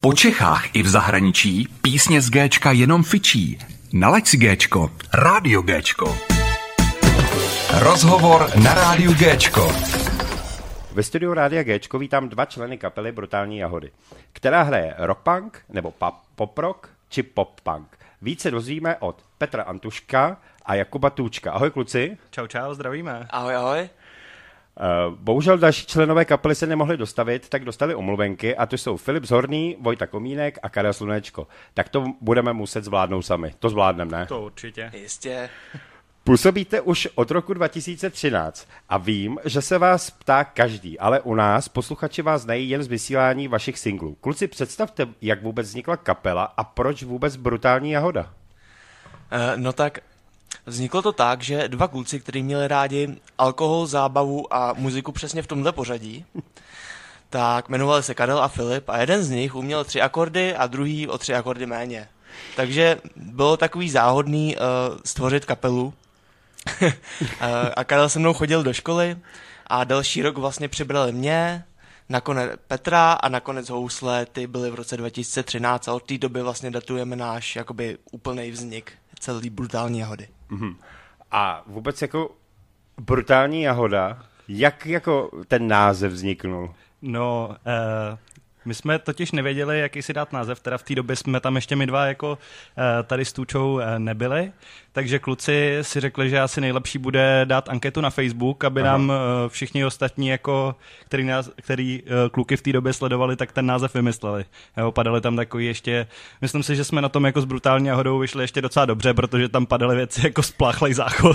Po Čechách i v zahraničí písně z Géčka jenom fičí. Nalaď si Géčko, Rádio Géčko. Rozhovor na Rádiu Géčko. Ve studiu Rádia Géčko vítám dva členy kapely Brutální jahody, která hraje rock-punk nebo pop-rock či pop-punk. Více dozvíme od Petra Antuška a Jakuba Tůčka. Ahoj kluci. Čau, čau, zdravíme. Ahoj, ahoj. Bohužel další členové kapely se nemohli dostavit, tak dostali omluvenky a to jsou Filip Zhorný, Vojta Komínek a Karel Slunečko. Tak to budeme muset zvládnout sami. To zvládneme, ne? To určitě. Jistě. Působíte už od roku 2013 a vím, že se vás ptá každý, ale u nás posluchači vás znají jen z vysílání vašich singlů. Kluci, představte, jak vůbec vznikla kapela a proč vůbec Brutální jahoda? No tak vzniklo to tak, že dva kluci, kteří měli rádi alkohol, zábavu a muziku přesně v tomhle pořadí, tak jmenovali se Karel a Filip a jeden z nich uměl 3 akordy a druhý o 3 akordy méně. Takže bylo takový záhodný stvořit kapelu. A Karel se mnou chodil do školy a další rok vlastně přibrali mě, nakonec Petra a nakonec housle, ty byly v roce 2013 a od té doby vlastně datujeme náš jakoby úplný vznik celý Brutální jahody. Mm-hmm. A vůbec jako Brutální jahoda, jak jako ten název vzniknul? No, my jsme totiž nevěděli, jaký si dát název, teda v té době jsme tam ještě my dva jako tady s Tůčou nebyli, takže kluci si řekli, že asi nejlepší bude dát anketu na Facebook, aby nám všichni ostatní, jako, který kluky v té době sledovali, tak ten název vymysleli. Jo, padaly tam takový ještě, myslím si, že jsme na tom jako s Brutální jahodou vyšli ještě docela dobře, protože tam padaly věci jako spláchlej záchod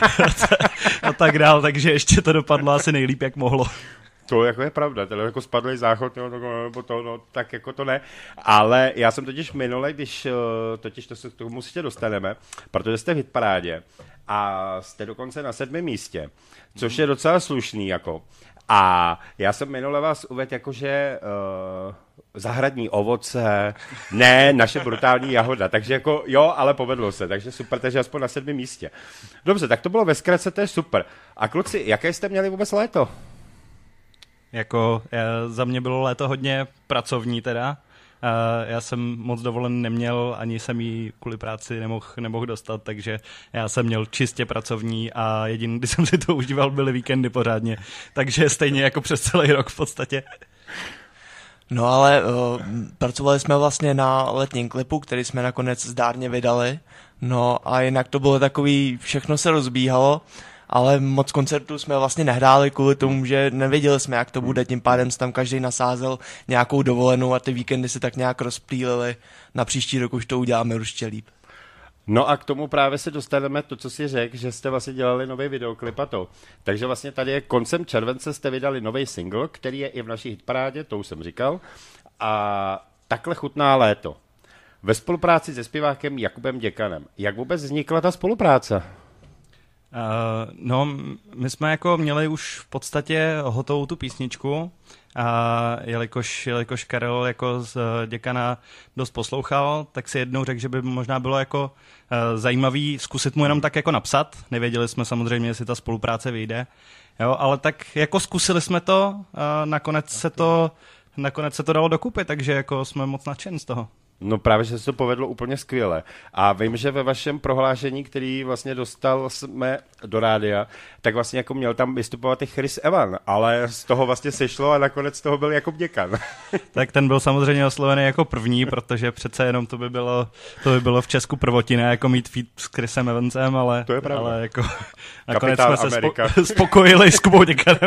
a tak dál, takže ještě to dopadlo asi nejlíp, jak mohlo. To jako je pravda, teda jako spadlý záchod, tak jako to ne, ale já jsem totiž minule, když totiž to se k tomu určitě dostaneme, protože jste v hitparádě a jste dokonce na 7. místě, což je docela slušný jako. A já jsem minule vás uvedl jakože zahradní ovoce, ne naše Brutální jahoda, takže jako jo, ale povedlo se, takže super, takže aspoň na 7. místě. Dobře, tak to bylo ve zkratce, to je super. A kluci, jaké jste měli vůbec léto? Jako za mě bylo léto hodně pracovní teda. Já jsem moc dovolen neměl, ani jsem jí kvůli práci nemohl dostat, takže já jsem měl čistě pracovní a jediný, kdy jsem si to užíval, byly víkendy pořádně. Takže stejně jako přes celý rok v podstatě. No ale pracovali jsme vlastně na letním klipu, který jsme nakonec zdárně vydali. No a jinak to bylo takový, všechno se rozbíhalo. Ale moc koncertů jsme vlastně nehráli kvůli tomu, že nevěděli jsme, jak to bude, tím pádem se tam každý nasázel nějakou dovolenou a ty víkendy se tak nějak rozptýlily. Na příští rok už to uděláme určitě líp. No a k tomu právě se dostaneme to, co si řekl, že jste vlastně dělali nový videoklip a to. Takže vlastně tady je koncem července jste vydali nový single, který je i v naší hitparádě, to už jsem říkal. A takhle chutná léto. Ve spolupráci se zpěvákem Jakubem Děkanem. Jak vůbec vznikla ta spolupráce? No, my jsme jako měli už v podstatě hotovou tu písničku, a jelikož Karel jako z Děkana dost poslouchal, tak si jednou řekl, že by možná bylo jako zajímavý zkusit mu jenom tak jako napsat. Nevěděli jsme samozřejmě, jestli ta spolupráce vyjde, jo, ale tak jako zkusili jsme to a nakonec se to dalo dokupy, takže jako jsme moc nadšení z toho. No právě, že se to povedlo úplně skvěle. A vím, že ve vašem prohlášení, který vlastně dostal jsme do rádia, tak vlastně jako měl tam vystupovat i Chris Evan, ale z toho vlastně sešlo a nakonec z toho byl Jakub Děkan. Tak ten byl samozřejmě oslovený jako první, protože přece jenom to by bylo v Česku prvotina, jako mít feat s Chrisem Evansem, ale, to je pravda. Ale jako nakonec jsme se spokojili s Kubou Děkanem.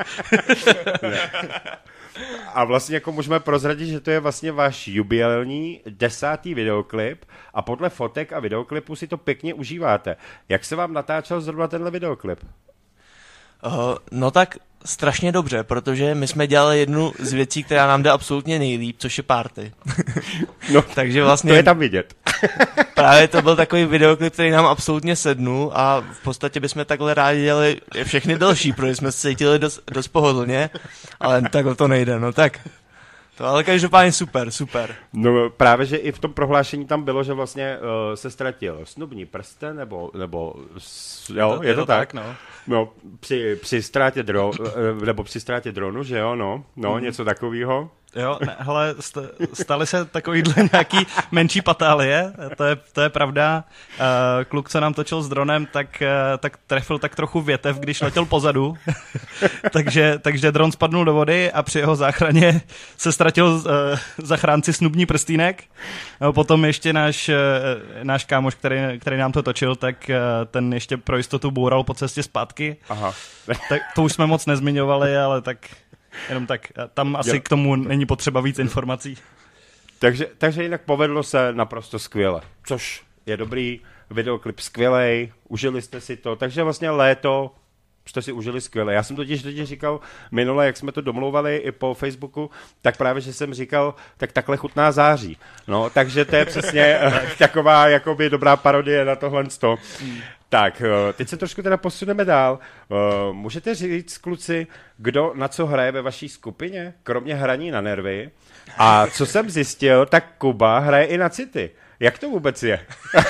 A vlastně jako můžeme prozradit, že to je vlastně váš jubilejní 10. videoklip a podle fotek a videoklipu si to pěkně užíváte. Jak se vám natáčel zrovna tenhle videoklip? No tak strašně dobře, protože my jsme dělali jednu z věcí, která nám jde absolutně nejlíp, což je party. No, takže vlastně to je tam vidět. Právě to byl takový videoklip, který nám absolutně sednul a v podstatě bychom takhle rádi dělali všechny další, protože jsme se cítili dost pohodlně, ale takhle to nejde, no tak. To ale každopádně super. No právě, že i v tom prohlášení tam bylo, že vlastně se ztratil snubní prsten, nebo jo, je to tak? No. No, při ztrátě dronu, že jo, no, něco takového. Jo, ne, hele, staly se takovýhle nějaký menší patálie, to je pravda. Kluk, co nám točil s dronem, tak trefil tak trochu větev, když letěl pozadu, takže dron spadnul do vody a při jeho záchraně se ztratil zachránci snubní prstýnek. Potom ještě náš kámoš, který nám to točil, tak ten ještě pro jistotu boural po cestě zpátky. Aha. Tak to už jsme moc nezmiňovali, ale tak jenom tak, tam asi k tomu není potřeba víc informací. Takže jinak povedlo se naprosto skvěle, což je dobrý, videoklip skvělej, užili jste si to, takže vlastně léto jste si užili skvěle. Já jsem totiž říkal minule, jak jsme to domlouvali i po Facebooku, tak právě, že jsem říkal, tak takhle chutná září. No, takže to je přesně taková jakoby dobrá parodie na tohle. Tak, teď se trošku teda posuneme dál. Můžete říct, kluci, kdo na co hraje ve vaší skupině, kromě hraní na nervy? A co jsem zjistil, tak Kuba hraje i na city. Jak to vůbec je?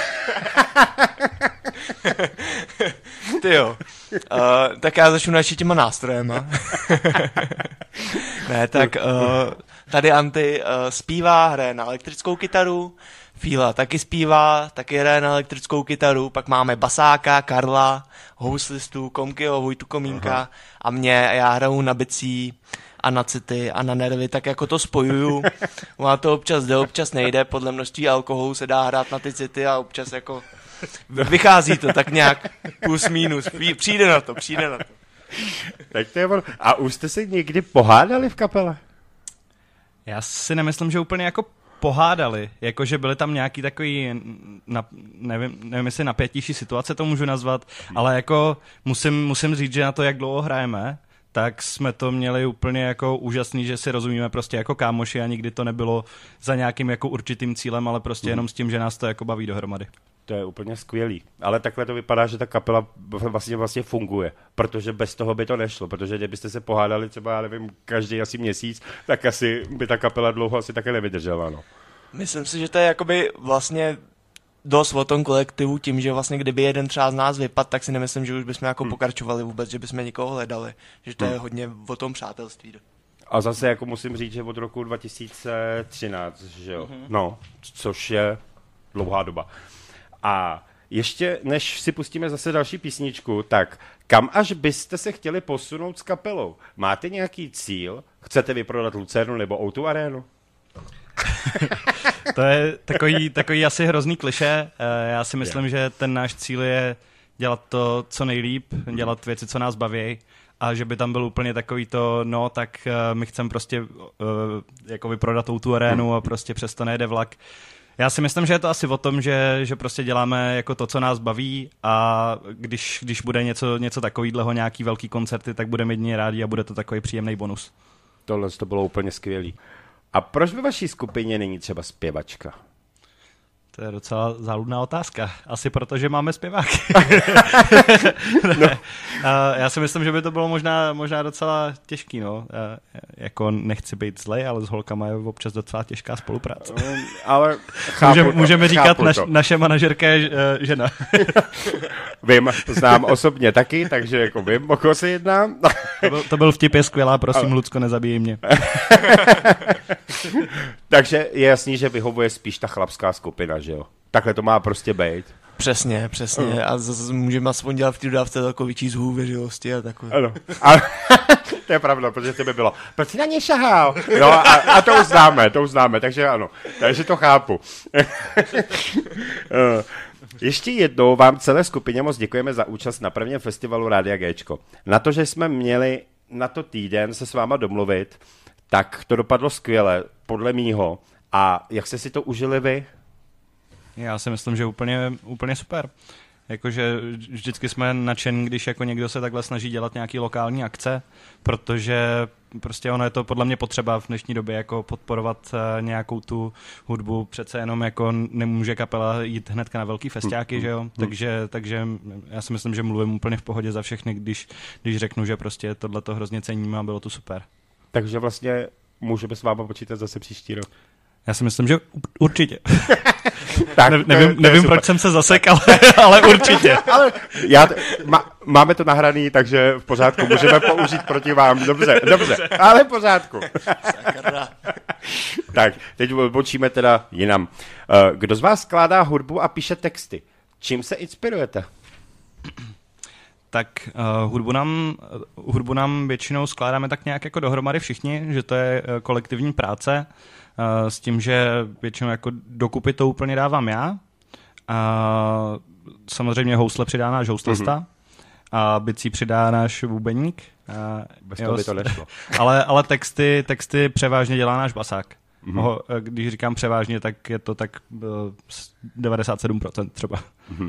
Tyjo, tak já začnu načít těma nástrojema. Ne, tak tady Anty zpívá, hraje na elektrickou kytaru, Fíla taky zpívá, taky hraje na elektrickou kytaru, pak máme basáka, Karla, houslistu, Komkyho, Vojtu Komínka a já hraju na bicí a na city a na nervy, tak jako to spojuju. Má to občas jde, občas nejde, podle množství alkoholu se dá hrát na ty city a občas jako vychází to tak nějak plus minus, přijde na to. Tak to je ono. A už jste se někdy pohádali v kapele? Já si nemyslím, že úplně jako pohádali, jakože byly tam nějaký takový, nevím, jestli napětější situace to můžu nazvat, ale jako musím říct, že na to, jak dlouho hrajeme, tak jsme to měli úplně jako úžasný, že si rozumíme prostě jako kámoši a nikdy to nebylo za nějakým jako určitým cílem, ale prostě jenom s tím, že nás to jako baví dohromady. To je úplně skvělý. Ale takhle to vypadá, že ta kapela vlastně funguje, protože bez toho by to nešlo, protože kdybyste se pohádali třeba, já nevím, každý asi měsíc, tak asi by ta kapela dlouho asi také nevydržela, no. Myslím si, že to je jakoby vlastně dost o tom kolektivu tím, že vlastně kdyby jeden třeba z nás vypadl, tak si nemyslím, že už bychom jako pokračovali vůbec, že bychom někoho hledali, že to je hodně o tom přátelství. A zase jako musím říct, že od roku 2013, že jo, no, což je dlouhá doba. A ještě, než si pustíme zase další písničku, tak kam až byste se chtěli posunout s kapelou? Máte nějaký cíl? Chcete vyprodat Lucernu nebo O2 Arenu? To je takový asi hrozný klišé. Já si myslím, že ten náš cíl je dělat to co nejlíp, dělat věci, co nás baví, a že by tam byl úplně takový to, no tak my chceme prostě jako vyprodat O2 Arenu a prostě přesto nejde vlak. Já si myslím, že je to asi o tom, že prostě děláme jako to, co nás baví, a když bude něco takovýhleho, nějaký velký koncerty, tak budeme jedině rádi a bude to takový příjemný bonus. Tohle to bylo úplně skvělý. A proč ve vaší skupině není třeba zpěvačka? To je docela záludná otázka. Asi proto, že máme zpěváky. No. Já si myslím, že by to bylo možná docela těžký. No. Jako nechci být zlej, ale s holkama je občas docela těžká spolupráce. Ale můžeme říkat, naše manažerka je žena. Vím, znám osobně taky, takže jako vím, o koho se jedná. To byl vtip, je skvělá, prosím, Lucko, nezabíjej mě. Takže je jasný, že vyhovuje spíš ta chlapská skupina, že jo? Takhle to má prostě být. Přesně. A zase můžeme aspoň dělat v té dodávce takový číst hůvěřivosti a takové. Ano. To je pravda, protože to by bylo, proč jsi na ně šahal? No a to už známe, takže ano. Takže to chápu. Ještě jednou vám celé skupině moc děkujeme za účast na prvním festivalu Rádia Géčko. Na to, že jsme měli na to týden se s váma domluvit, tak to dopadlo skvěle, podle mýho. A jak jste si to užili vy? Já si myslím, že úplně super. Jakože vždycky jsme nadšení, když jako někdo se takhle snaží dělat nějaký lokální akce, protože prostě ono je to podle mě potřeba v dnešní době jako podporovat nějakou tu hudbu. Přece jenom jako nemůže kapela jít hnedka na velký festiáky, že jo? Takže já si myslím, že mluvím úplně v pohodě za všechny, když řeknu, že prostě tohleto hrozně ceníme a bylo to super. Takže vlastně můžeme s váma počítat zase příští rok. Já si myslím, že určitě. Tak, nevím proč jsem se zasek, ale určitě. Ale máme to nahraný, takže v pořádku, můžeme použít proti vám. Dobře, ale v pořádku. Tak, teď odbočíme teda jinam. Kdo z vás skládá hudbu a píše texty? Čím se inspirujete? Tak hudbu nám většinou skládáme tak nějak jako dohromady všichni, že to je kolektivní práce, s tím, že většinou jako dokupy to úplně dávám já. A samozřejmě housle přidá náš houslista a bicí přidá náš bubeník. Bez toho by to nešlo. Ale texty převážně dělá náš basák. Když říkám převážně, tak je to tak 97% třeba.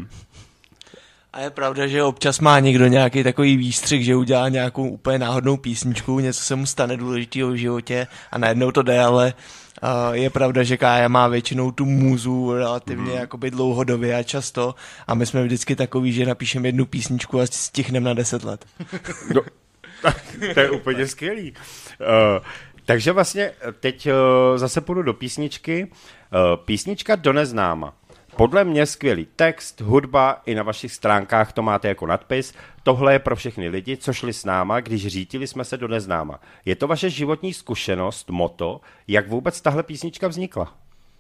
A je pravda, že občas má někdo nějaký takový výstřih, že udělá nějakou úplně náhodnou písničku, něco se mu stane důležitého v životě a najednou to jde, ale je pravda, že Kája má většinou tu můzu relativně jakoby dlouhodobě a často a my jsme vždycky takový, že napíšeme jednu písničku a stihneme na 10 let. No, to je úplně skvělý. Takže vlastně teď zase půjdu do písničky. Písnička Do neznáma. Podle mě skvělý text, hudba, i na vašich stránkách to máte jako nadpis. Tohle je pro všechny lidi, co šli s náma, když řítili jsme se do neznáma. Je to vaše životní zkušenost, motto, jak vůbec tahle písnička vznikla?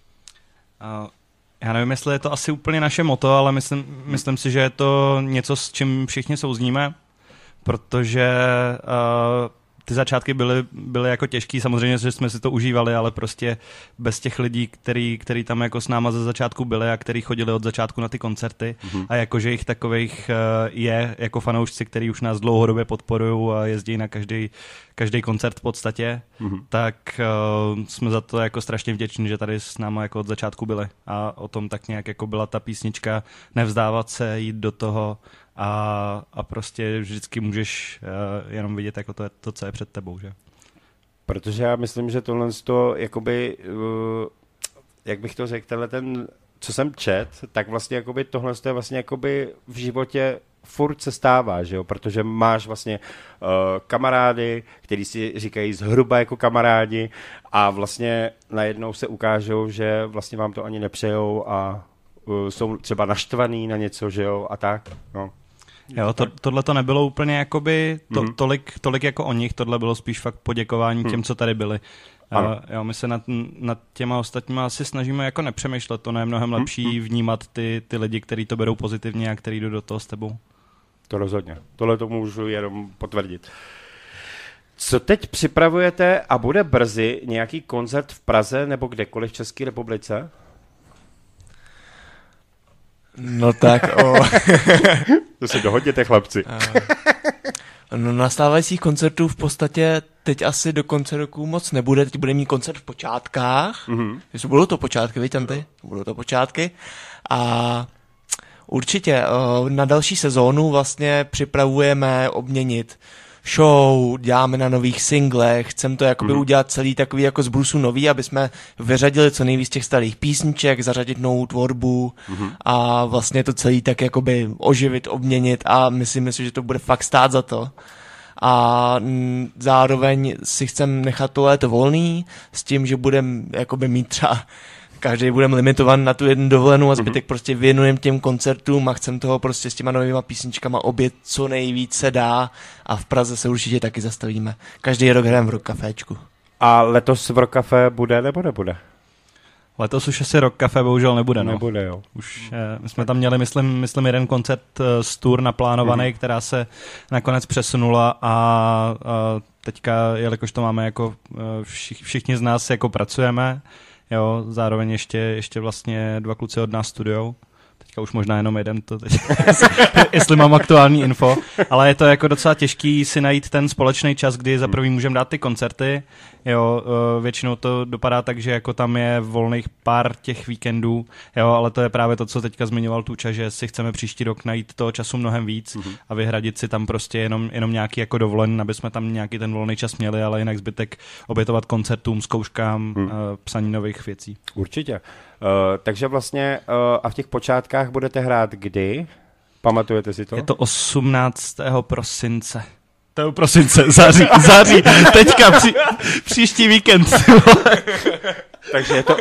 Já nevím, jestli je to asi úplně naše motto, ale myslím si, že je to něco, s čím všichni souzníme, protože ty začátky byly jako těžký, samozřejmě, že jsme si to užívali, ale prostě bez těch lidí, který tam jako s náma ze začátku byli a který chodili od začátku na ty koncerty a jakože jich takových je jako fanoušci, který už nás dlouhodobě podporují a jezdí na každý koncert v podstatě, tak jsme za to jako strašně vděční, že tady s náma jako od začátku byli a o tom tak nějak jako byla ta písnička, nevzdávat se, jít do toho a prostě vždycky můžeš jenom vidět jako to, co je před tebou, že? Protože já myslím, že tohle to jakoby, jak bych to řekl, ten, co jsem čet, tak vlastně jakoby tohle je vlastně jakoby v životě furt se stává, že jo? Protože máš vlastně kamarády, který si říkají zhruba jako kamarádi a vlastně najednou se ukážou, že vlastně vám to ani nepřejou a jsou třeba naštvaný na něco, že jo, a tak, no. Jo, tohle to nebylo úplně jakoby tolik jako o nich, tohle bylo spíš fakt poděkování těm, co tady byli. Jo, my se nad těma ostatníma asi snažíme jako nepřemýšlet, to je mnohem lepší vnímat ty lidi, kteří to berou pozitivně a kteří jdou do toho s tebou. To rozhodně, tohle to můžu jenom potvrdit. Co teď připravujete a bude brzy nějaký koncert v Praze nebo kdekoliv v České republice? No tak To si dohodněte, chlapci. No nastávajících koncertů v podstatě teď asi do konce roku moc nebude, teď bude mít koncert v počátkách. Budou to počátky, víš, Anty? Budou to počátky. A určitě na další sezónu vlastně připravujeme obměnit show, děláme na nových singlech, chceme to jakoby udělat celý takový jako z brusu nový, aby jsme vyřadili co nejvíc těch starých písniček, zařadit novou tvorbu a vlastně to celý tak jakoby oživit, obměnit a myslím si, že to bude fakt stát za to. A zároveň si chcem nechat to léto volný s tím, že budeme jakoby mít třeba každý budeme limitovan na tu jednu dovolenou a zbytek prostě věnujeme těm koncertům a chcem toho prostě s těma novýma písničkama obět co nejvíc se dá a v Praze se určitě taky zastavíme. Každý rok hrajeme v Rock Caféčku. A letos v Rock Café bude nebo nebude? Letos už asi Rock Café bohužel nebude, no. Nebude, jo. Už my jsme tam měli, myslím jeden koncert z tour naplánovaný, která se nakonec přesunula a teďka, jelikož to máme jako všichni z nás jako pracujeme, jo, zároveň ještě vlastně 2 kluci od nás studujou. Teďka už možná jenom jeden, to teď, jestli mám aktuální info, ale je to jako docela těžký si najít ten společný čas, kdy za prvý můžeme dát ty koncerty, jo, většinou to dopadá tak, že jako tam je volných pár těch víkendů, jo, ale to je právě to, co teďka zmiňoval Tuča, že si chceme příští rok najít toho času mnohem víc a vyhradit si tam prostě jenom nějaký jako dovolen, aby jsme tam nějaký ten volný čas měli, ale jinak zbytek obětovat koncertům, zkouškám, psaní nových věcí. Určitě. Takže vlastně a v těch počátkách budete hrát kdy? Pamatujete si to? Je to 18. prosince. To prosince, září, teďka příští víkend.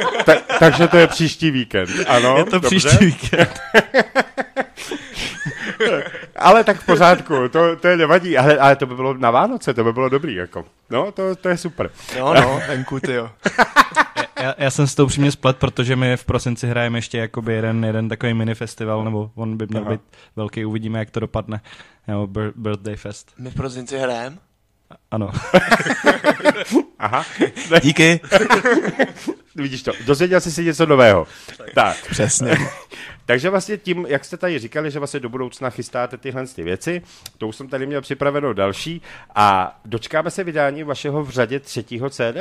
Takže to je příští víkend, ano? Je to dobře. Příští víkend. Ale tak v pořádku, to je nevadí, ale to by bylo na Vánoce, to by bylo dobrý, jako. No, to je super. No, venku, tyjo. Já jsem s tou přímě splet, protože my v prosinci hrajeme ještě jakoby jeden takový mini festival, nebo on by měl být velký, uvidíme, jak to dopadne. Jo, Birthday Fest. My v prosinci hrajeme? Ano. Aha. Díky. Vidíš to, dozvěděl jsi si něco nového. Tak. Přesně. Takže vlastně tím, jak jste tady říkali, že vlastně do budoucna chystáte tyhle věci, to už jsem tady měl připraveno další a dočkáme se vydání vašeho v řadě 3. CD?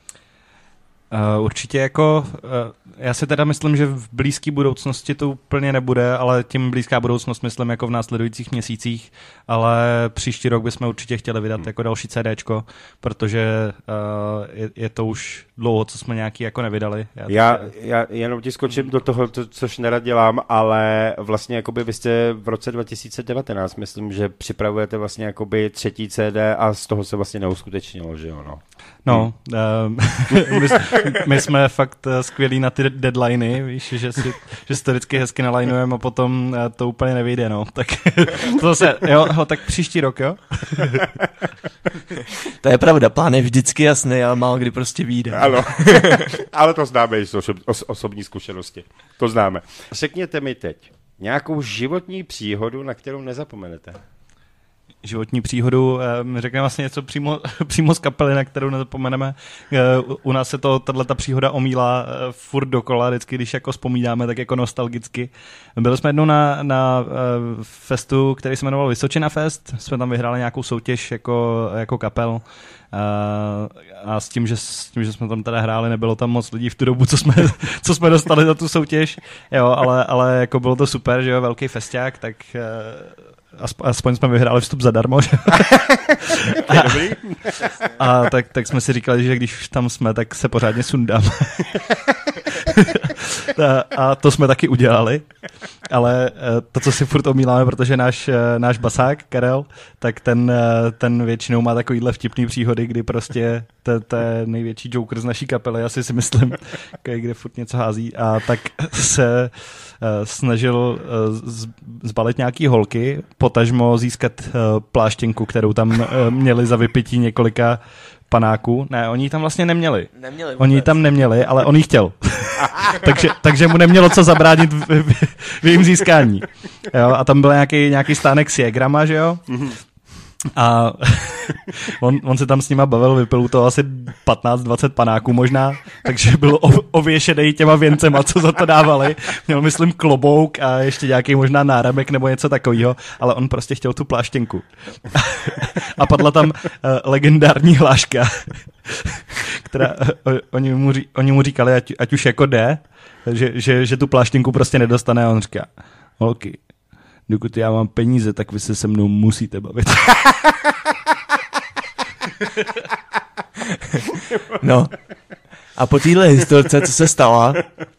Určitě jako, já si teda myslím, že v blízké budoucnosti to úplně nebude, ale tím blízká budoucnost myslím jako v následujících měsících, ale příští rok bychom určitě chtěli vydat jako další CDčko, protože je to už dlouho, co jsme nějaký jako nevydali. Já jenom ti skočím do toho, což nerad dělám, ale vlastně jakoby vy jste v roce 2019, myslím, že připravujete vlastně jakoby 3. CD a z toho se vlastně neuskutečnilo, že jo, no. No, my jsme fakt skvělí na ty deadliny, víš, že si to vždycky hezky nalajnujeme a potom to úplně nevyjde, no. Tak to zase, jo, tak příští rok, jo? To je pravda, plán je vždycky jasný, ale málo kdy prostě vyjde. Ano, ale to známe i z osobní zkušenosti. To známe. Řekněte mi teď nějakou životní příhodu, na kterou nezapomenete. Životní příhodu, řekneme vlastně něco přímo z kapely, na kterou nezapomeneme. U nás se tato příhoda omílá furt dokola, vždycky, když jako vzpomínáme, tak jako nostalgicky. Byli jsme jednou na festu, který se jmenoval Vysočina Fest, jsme tam vyhráli nějakou soutěž jako kapel. A s tím, že jsme tam teda hráli, nebylo tam moc lidí v tu dobu, co jsme dostali za tu soutěž, jo, ale jako bylo to super, že jo, velký festák, tak aspoň jsme vyhráli vstup zadarmo, že? A tak jsme si říkali, že když už tam jsme, tak se pořádně sundáme. A to jsme taky udělali, ale to, co si furt omíláme, protože náš basák, Karel, tak ten většinou má takovýhle vtipný příhody, kdy prostě to je největší joker z naší kapely, asi si myslím, kde furt něco hází, a tak se snažil zbalit nějaký holky, potažmo získat pláštěnku, kterou tam měli za vypití několika panáků. Ne, oni ji tam vlastně neměli. Oni ji tam neměli, ale on ji chtěl. takže mu nemělo co zabránit v jejím získání. Jo, a tam byl nějaký stánek s Jägrama, že jo? A on se tam s nima bavil, vypil to asi 15-20 panáků možná, takže byl ověšený těma věncema, co za to dávali. Měl, myslím, klobouk a ještě nějaký možná náramek nebo něco takového, ale on prostě chtěl tu pláštěnku. A padla tam legendární hláška, která oni mu říkali, ať už jako jde, že tu pláštěnku prostě nedostane, a on říká, holky, dokud já mám peníze, tak vy se mnou musíte bavit. No. A po téhle historce, co se stala,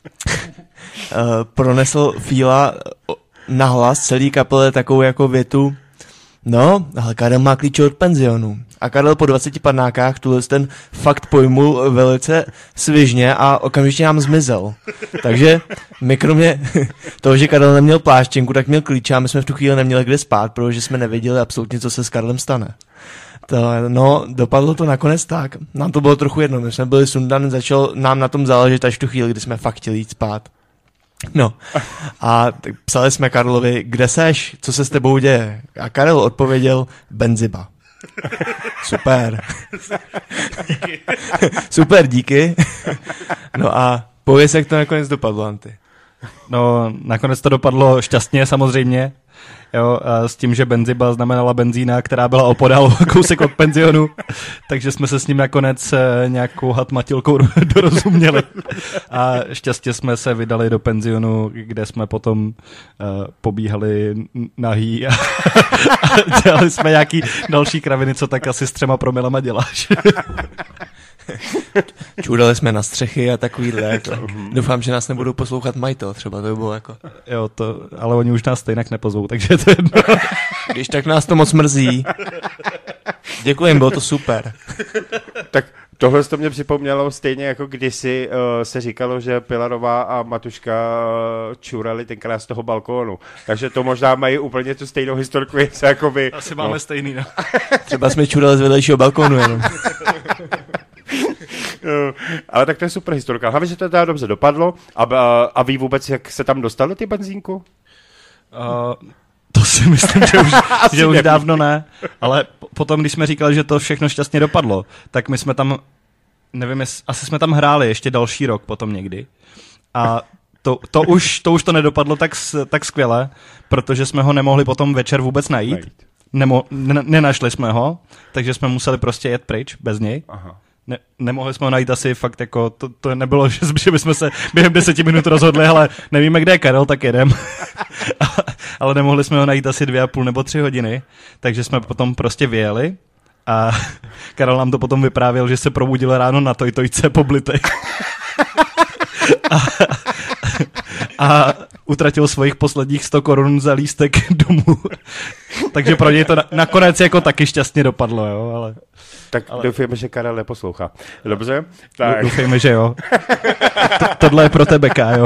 pronesl Fíla nahlas celý kapele takovou jako větu, no, ale Karel má klíče od penzionu. A Karel po 20 panákách ten fakt pojmul velice svižně a okamžitě nám zmizel. Takže my kromě toho, že Karel neměl pláštěnku, tak měl klíče a my jsme v tu chvíli neměli kde spát, protože jsme nevěděli absolutně, co se s Karlem stane. No, dopadlo to nakonec tak. Nám to bylo trochu jedno, my jsme byli sundaný, začal nám na tom záležet až v tu chvíli, kdy jsme fakt chtěli jít spát. No, a psali jsme Karlovi, kde seš, co se s tebou děje? A Karel odpověděl, Benziba. Super. Super, díky. No a pověz, jak to nakonec dopadlo, Anty. No, nakonec to dopadlo šťastně samozřejmě, jo, s tím, že Benziba znamenala benzína, která byla opodál kousek od penzionu, takže jsme se s ním nakonec nějakou hatmatilkou dorozuměli a šťastně jsme se vydali do penzionu, kde jsme potom pobíhali nahý a dělali jsme nějaký další kraviny, co tak asi s 3 promilama děláš. Čůrali jsme na střechy a takovýhle. Jako. Doufám, že nás nebudou poslouchat majitel, třeba to by bylo jako. Jo, ale oni už nás stejnak nepozvou, takže to je jedno. Když tak nás to moc mrzí. Děkujem, bylo to super. Tak Tohle to mě připomnělo stejně jako kdysi se říkalo, že Pilarová a Matuška čurali tenkrát z toho balkónu. Takže to možná mají úplně tu stejnou historku, jako vy. Asi máme stejný, no. Třeba jsme čurali z vedlejšího balkónu jenom. Ale tak to je super historka. Hlavně, že to teda dobře dopadlo. A ví vůbec, jak se tam dostalo ty benzínku? To si myslím, že už dávno ne. Ale potom, když jsme říkali, že to všechno šťastně dopadlo, tak my jsme tam, nevím, asi jsme tam hráli ještě další rok potom někdy. A to už to nedopadlo tak skvěle, protože jsme ho nemohli potom večer vůbec najít. Nenašli jsme ho, takže jsme museli prostě jet pryč bez něj. Aha. Nemohli jsme ho najít asi fakt jako, to nebylo, že bychom se během 10 minut rozhodli, ale nevíme, kde je Karel, tak jedem. Ale nemohli jsme ho najít asi 2,5 nebo 3 hodiny, takže jsme potom prostě vyjeli a Karel nám to potom vyprávěl, že se probudil ráno na tojtojce poblitej. A utratil svých posledních 100 korun za lístek domů. Takže pro něj to nakonec jako taky šťastně dopadlo, jo, ale... Tak doufejme, že Karel neposlouchá. Dobře? Tak. Doufejme, že jo. Tohle je pro tebe, Kájo.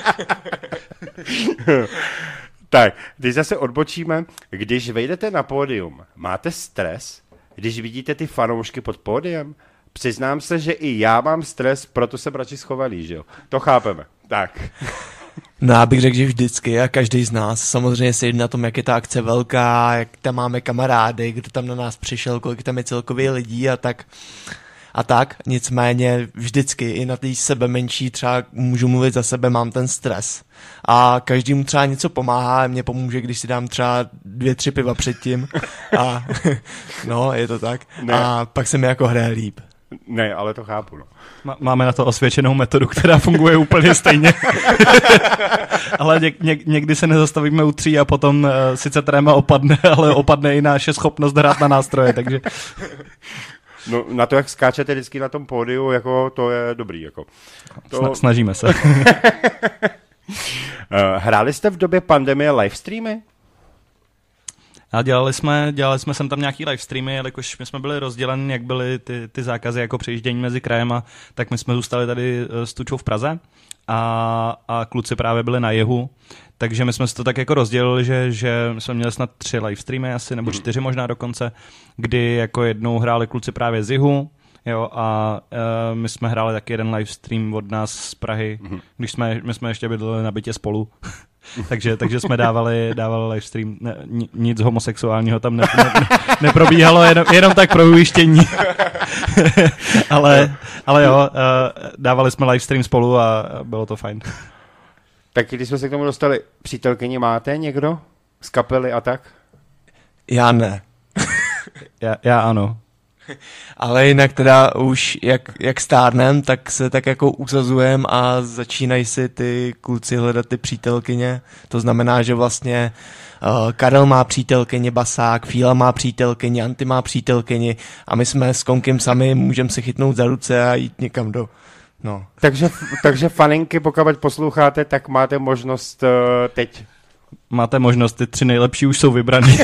Tak, když zase odbočíme, když vejdete na pódium, máte stres, když vidíte ty fanoušky pod pódiem? Přiznám se, že i já mám stres, proto jsem radši schovaný, že jo? To chápeme. Tak. No já bych řekl, že vždycky a každý z nás samozřejmě se jedná na tom, jak je ta akce velká, jak tam máme kamarády, kdo tam na nás přišel, kolik tam je celkově lidí a tak. Nicméně vždycky i na té sebe menší třeba můžu mluvit za sebe, mám ten stres. A každému třeba něco pomáhá, mně pomůže, když si dám třeba 2-3 piva předtím. A no, je to tak. Ne. A pak se mi jako hraje líp. Ne, ale to chápu, no. Máme na to osvědčenou metodu, která funguje úplně stejně. Ale někdy se nezastavíme u 3 a potom sice tréma opadne, ale opadne i naše schopnost hrát na nástroje, takže... No, na to, jak skáčete vždycky na tom pódiu, jako to je dobrý, jako. Snažíme se. Hráli jste v době pandemie livestreamy? A dělali jsme sem tam nějaký livestreamy, jelikož my jsme byli rozděleni, jak byly ty zákazy jako přejíždění mezi krajema, tak my jsme zůstali tady s Tučou v Praze a kluci právě byli na jihu, takže my jsme si to tak jako rozdělili, že jsme měli snad 3 livestreamy asi, nebo 4 možná dokonce, kdy jako jednou hráli kluci právě z jihu, jo, a my jsme hráli taky jeden livestream od nás z Prahy, když my jsme ještě bydleli na bytě spolu. takže jsme dávali livestream, nic homosexuálního tam neprobíhalo, jenom tak pro ujištění. ale jo, dávali jsme livestream spolu a bylo to fajn. Tak když jsme se k tomu dostali, přítelkyni máte někdo z kapely a tak? Já ne. Já ano. Ale jinak teda už jak stárnem, tak se tak jako usazujem a začínají si ty kluci hledat ty přítelkyně. To znamená, že vlastně Karel má přítelkyni, basák, Fíla má přítelkyni, Anty má přítelkyni a my jsme s Konkem sami, můžeme se chytnout za ruce a jít někam do... No. Takže faninky, pokud posloucháte, tak máte možnost teď. Máte možnost, ty 3 nejlepší už jsou vybraný.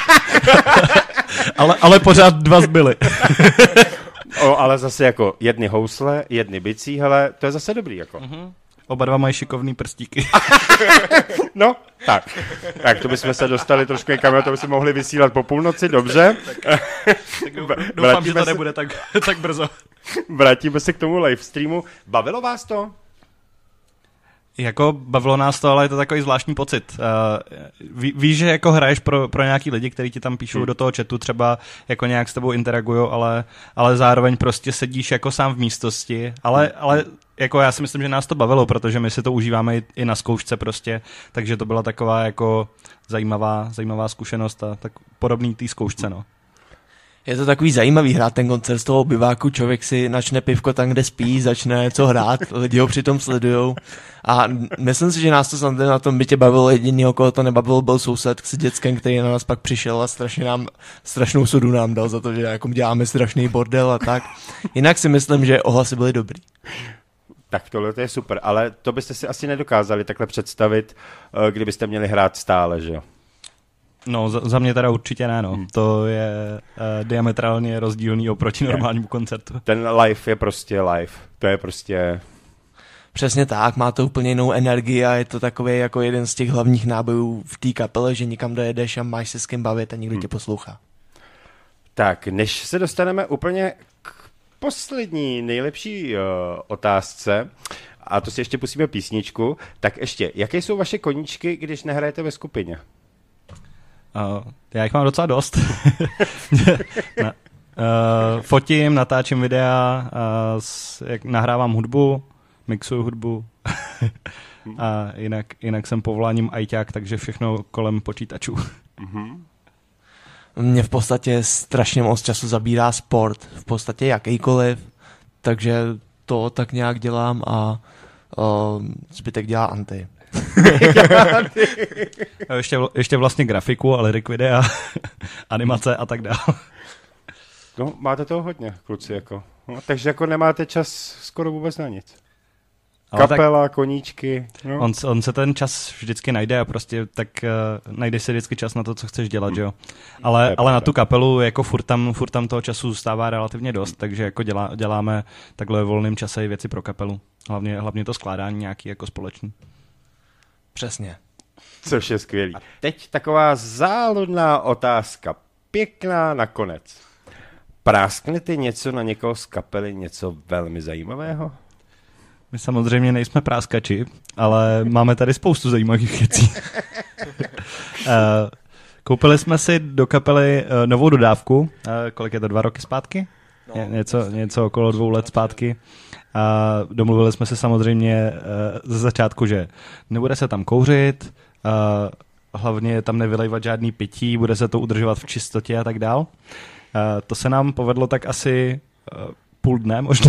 ale pořád 2 zbyly. Ale zase jako jedny housle, jedny bicí, hele, to je zase dobrý, jako. Oba 2 mají šikovný prstíky. No, tak. Tak to bychom se dostali trošku někam, to bychom mohli vysílat po půlnoci, dobře. Tak doufám, že to nebude tak brzo. Vrátíme se k tomu livestreamu. Bavilo vás to? Jako bavilo nás to, ale je to takový zvláštní pocit. Víš, že jako hraješ pro nějaký lidi, kteří ti tam píšou do toho chatu, třeba jako nějak s tebou interagujou, ale zároveň prostě sedíš jako sám v místnosti, ale jako já si myslím, že nás to bavilo, protože my si to užíváme i na zkoušce prostě, takže to byla taková jako zajímavá zkušenost a tak podobný té zkoušce, no. Je to takový zajímavý hrát ten koncert z toho biváku, člověk si načne pivko tam, kde spí, začne něco hrát, lidi ho přitom sledujou a myslím si, že nás to samozřejmě na tom bytě bavilo, jedinýho, koho to nebavilo, byl soused s dětskem, který na nás pak přišel a strašnou sodu nám dal za to, že jako děláme strašný bordel a tak. Jinak si myslím, že ohlasy byly dobrý. Tak tohle je super, ale to byste si asi nedokázali takhle představit, kdybyste měli hrát stále, že jo? No, za mě teda určitě ne, no. To je diametrálně rozdílný oproti normálnímu koncertu. Ten live je prostě live. To je prostě... Přesně tak, má to úplně jinou energii a je to takový jako jeden z těch hlavních nábojů v té kapele, že nikam dojedeš a máš se s kým bavit a nikdo tě poslouchá. Tak, než se dostaneme úplně k poslední nejlepší otázce, a to si ještě pustíme písničku, tak ještě, jaké jsou vaše koníčky, když nehrajete ve skupině? Já jich mám docela dost. Fotím, natáčím videa, nahrávám hudbu, mixuju hudbu a jinak jsem povoláním ajťák, takže všechno kolem počítačů. Mě v podstatě strašně moc času zabírá sport, v podstatě jakýkoliv, takže to tak nějak dělám a zbytek dělá Anty. ještě vlastně grafiku, ale lyric videa, animace a tak dále. No, máte toho hodně, kluci, jako. No, takže jako nemáte čas skoro vůbec na nic. Ale kapela, koníčky. No. On se ten čas vždycky najde a prostě tak najdeš si vždycky čas na to, co chceš dělat, že jo. Ale na tu kapelu jako furt tam toho času zůstává relativně dost, takže jako děláme takhle volným čase i věci pro kapelu. Hlavně to skládání nějaký jako společný. Přesně. Což je skvělý. A teď taková záludná otázka. Pěkná nakonec. Prásknete něco na někoho z kapely, něco velmi zajímavého? My samozřejmě nejsme práskači, ale máme tady spoustu zajímavých věcí. Koupili jsme si do kapely novou dodávku. Kolik je to, 2 roky zpátky? No. Něco okolo 2 let zpátky. A domluvili jsme se samozřejmě ze začátku, že nebude se tam kouřit, hlavně tam nevylejvat žádný pití, bude se to udržovat v čistotě a tak dál. To se nám povedlo tak asi půl dne možná.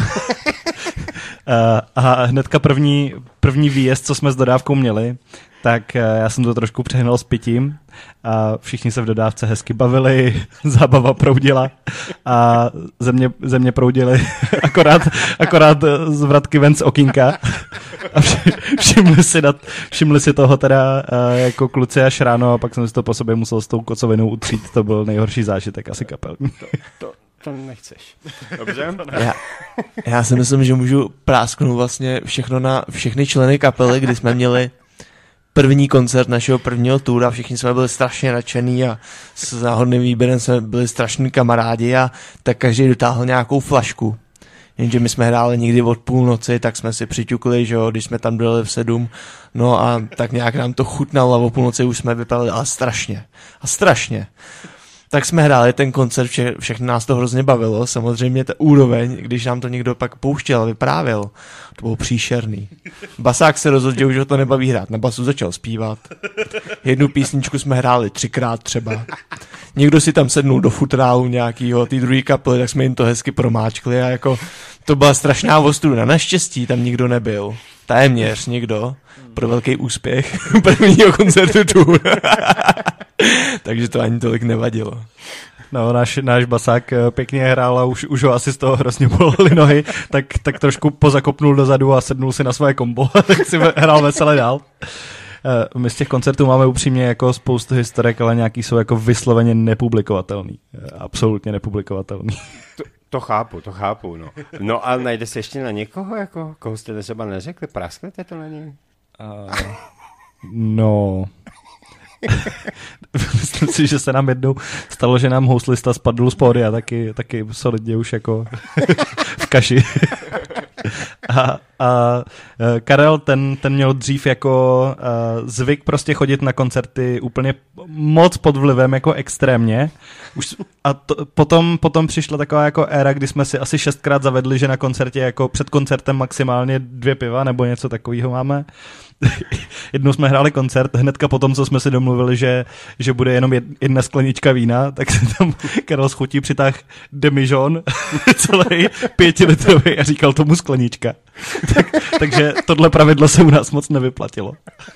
A hnedka první výjezd, co jsme s dodávkou měli, tak já jsem to trošku přehnal s pitím a všichni se v dodávce hezky bavili, zábava proudila a země proudily akorát z vratky ven z okýnka a všimli si toho teda jako kluci až ráno a pak jsem si to po sobě musel s tou kocovinou utřít, to byl nejhorší zážitek asi kapelní. To nechceš. Dobře? Já si myslím, že můžu prásknout vlastně všechno na všechny členy kapely, kdy jsme měli první koncert našeho prvního toura, všichni jsme byli strašně nadšený a s záhodným výběrem jsme byli strašní kamarádi a tak každý dotáhl nějakou flašku. Jenže my jsme hráli někdy od půlnoci, tak jsme si přiťukli, že jo, když jsme tam dojeli v 7, no a tak nějak nám to chutnalo a o půlnoci už jsme vypadali, ale strašně. Tak jsme hráli ten koncert, všechny nás to hrozně bavilo, samozřejmě ta úroveň, když nám to někdo pak pouštěl a vyprávěl, to bylo příšerný. Basák se rozhodl, že už ho to nebaví hrát, na basu začal zpívat, jednu písničku jsme hráli 3krát třeba, někdo si tam sednul do futrálu nějakýho, ty druhý kapely, tak jsme jim to hezky promáčkli a jako to byla strašná ostuda, naštěstí tam nikdo nebyl, téměř nikdo, pro velký úspěch prvního koncertu tour. Takže to ani tolik nevadilo. No, náš basák pěkně hrál a už ho asi z toho hrozně bolely nohy, tak trošku pozakopnul dozadu a sednul si na své kombo, tak si hrál vesele dál. My z těch koncertů máme upřímně jako spoustu historek, ale nějaký jsou jako vysloveně nepublikovatelný. Absolutně nepublikovatelný. To chápu, no. No a najde se ještě na někoho, jako, koho jste třeba neřekli, prasknete to na něj? No... Myslím si, že se nám jednou stalo, že nám houslista spadl z pódia, taky solidně už jako v kaši. A Karel, ten měl dřív jako zvyk prostě chodit na koncerty úplně moc pod vlivem, jako extrémně. A potom přišla taková jako éra, kdy jsme si asi 6krát zavedli, že na koncertě jako před koncertem maximálně 2 piva nebo něco takového máme. Jednou jsme hráli koncert, hnedka potom, co jsme si domluvili, že bude jenom 1 sklenička vína, tak se tam Karel schutí přitáhl demižon, celý 5litrový a říkal tomu sklenička. Takže tohle pravidlo se u nás moc nevyplatilo.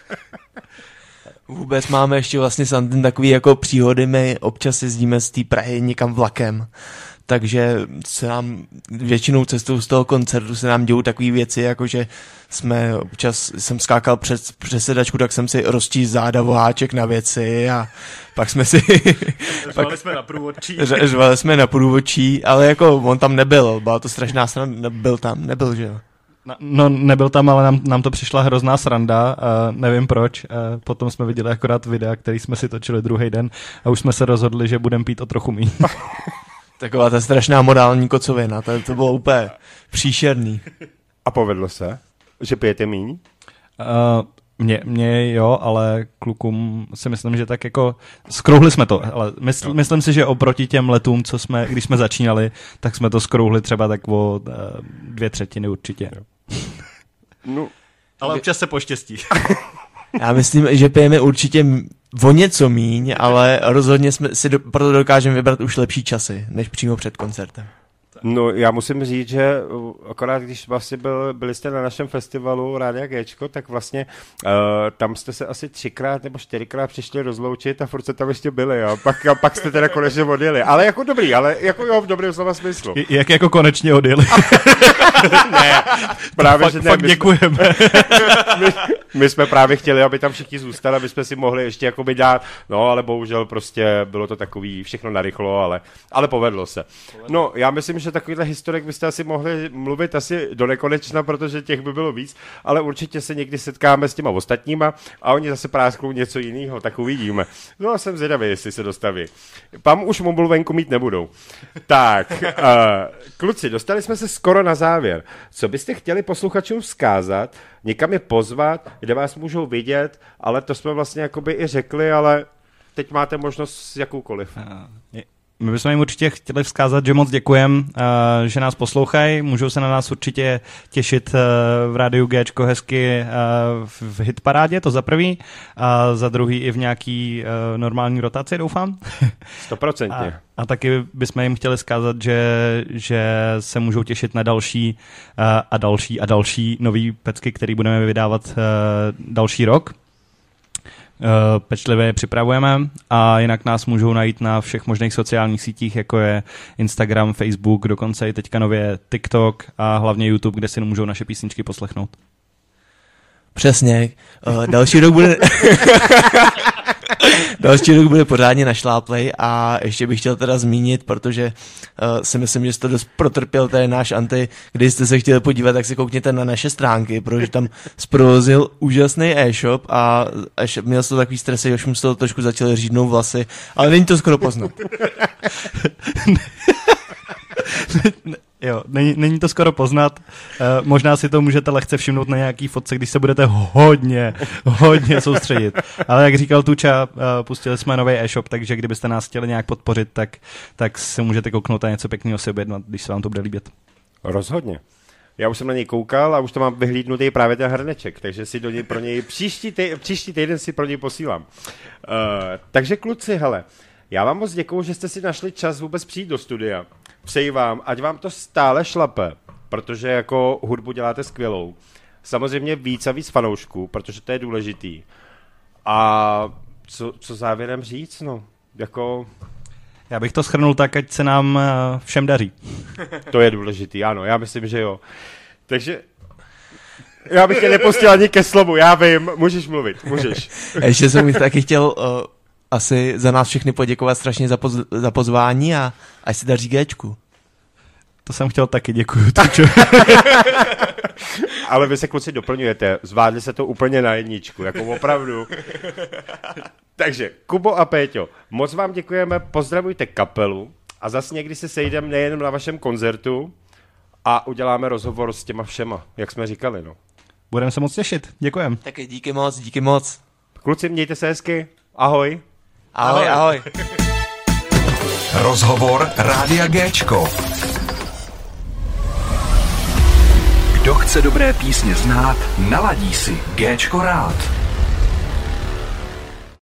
Vůbec máme ještě vlastně s Antin takový jako příhody, my občas jezdíme z té Prahy někam vlakem, takže se nám většinou cestou z toho koncertu se nám dějou takové věci, jako že občas jsem skákal přes sedačku, tak jsem si rozčíst záda o háček na věci a pak jsme si... Řvali jsme na průvodčí. Řvali jsme na průvodčí, ale jako on tam nebyl, byla to strašná sranda, nebyl, že jo? No, nebyl tam, ale nám to přišla hrozná sranda, nevím proč. Potom jsme viděli akorát videa, který jsme si točili druhý den a už jsme se rozhodli, že budeme pít o trochu míň. Taková ta strašná morální kocovina, to bylo úplně příšerný. A povedlo se, že pijete míň? Mně jo, ale klukům si myslím, že tak jako skrouhli jsme to, ale myslím si, že oproti těm letům, když jsme začínali, tak jsme to skrouhli třeba tak o 2/3 určitě. No, ale občas se poštěstí. Já myslím, že pijeme určitě o něco míň, ale rozhodně proto dokážeme vybrat už lepší časy, než přímo před koncertem. No, já musím říct, že akorát když vlastně byli jste na našem festivalu Rádia Géčko, tak vlastně tam jste se asi 3x nebo 4x přišli rozloučit a furt se tam ještě byli a pak jste teda konečně odjeli. Ale jako dobrý, ale jako jo, v dobrém slova smyslu. Jak jako konečně odjeli? Ne, právě, že ne. Fakt děkujeme. My jsme právě chtěli, aby tam všichni zůstali, aby jsme si mohli ještě jakoby dát, no ale bohužel prostě bylo to takový všechno narychlo, ale povedlo se. No, já myslím, že takovýhle historik byste asi mohli mluvit asi do nekonečna, protože těch by bylo víc, ale určitě se někdy setkáme s těma ostatníma a oni zase prásklou něco jiného, tak uvidíme. No a jsem zvědavý, jestli se dostaví. Tam už mobil venku mít nebudou. Tak, kluci, dostali jsme se skoro na závěr. Co byste chtěli posluchačům vzkázat, někam je pozvat, kde vás můžou vidět, ale to jsme vlastně jakoby i řekli, ale teď máte možnost jakoukoliv. My bychom jim určitě chtěli vzkázat, že moc děkujeme, že nás poslouchají, můžou se na nás určitě těšit v rádiu Géčko hezky v hitparádě, to za prvý, a za druhý i v nějaký normální rotaci, doufám. 100%. A taky bychom jim chtěli vzkázat, že se můžou těšit na další a další nový pecky, který budeme vydávat další rok. Pečlivě je připravujeme a jinak nás můžou najít na všech možných sociálních sítích, jako je Instagram, Facebook, dokonce i teďka nově TikTok a hlavně YouTube, kde si můžou naše písničky poslechnout. Přesně. Další rok bude... Další rok bude pořádně našláplej a ještě bych chtěl teda zmínit, protože si myslím, že jste dost protrpěl tady náš Anty, když jste se chtěli podívat, tak si koukněte na naše stránky, protože tam zprovozil úžasný e-shop a měl to takový stresy, že už mu z toho trošku začaly řídnout vlasy, ale není to skoro poznat. Jo, není to skoro poznat. Možná si to můžete lehce všimnout na nějaký fotce, když se budete hodně soustředit. Ale jak říkal Tuča, pustili jsme nový e-shop, takže kdybyste nás chtěli nějak podpořit, tak se můžete kouknout a něco pěkného si objednat, když se vám to bude líbit. Rozhodně. Já už jsem na něj koukal a už to mám vyhlídnutý právě ten hrneček, takže si do něj pro něj příští týden si pro něj posílám. Takže kluci, hele, já vám moc děkuju, že jste si našli čas vůbec přijít do studia. Přeji vám, ať vám to stále šlape, protože jako hudbu děláte skvělou. Samozřejmě víc a víc fanoušků, protože to je důležitý. A co závěrem říct, no, jako... Já bych to shrnul tak, ať se nám všem daří. To je důležitý, ano, já myslím, že jo. Takže... Já bych tě nepustil ani ke slovu, já vím, můžeš mluvit, můžeš. Ještě jsem taky chtěl asi za nás všechny poděkovat strašně za pozvání a ať si daří Géčku. To jsem chtěl taky, děkuju. Ale vy se kluci doplňujete, zvládli se to úplně na jedničku, jako opravdu. Takže, Kubo a Péťo, moc vám děkujeme, pozdravujte kapelu a zase někdy se sejdeme nejen na vašem koncertu a uděláme rozhovor s těma všema, jak jsme říkali, no. Budeme se moc těšit, děkujem. Taky díky moc. Kluci, mějte se hezky, ahoj. Ahoj. Rozhovor Rádia Géčko. Kdo chce dobré písně znát, naladí si Géčko rád.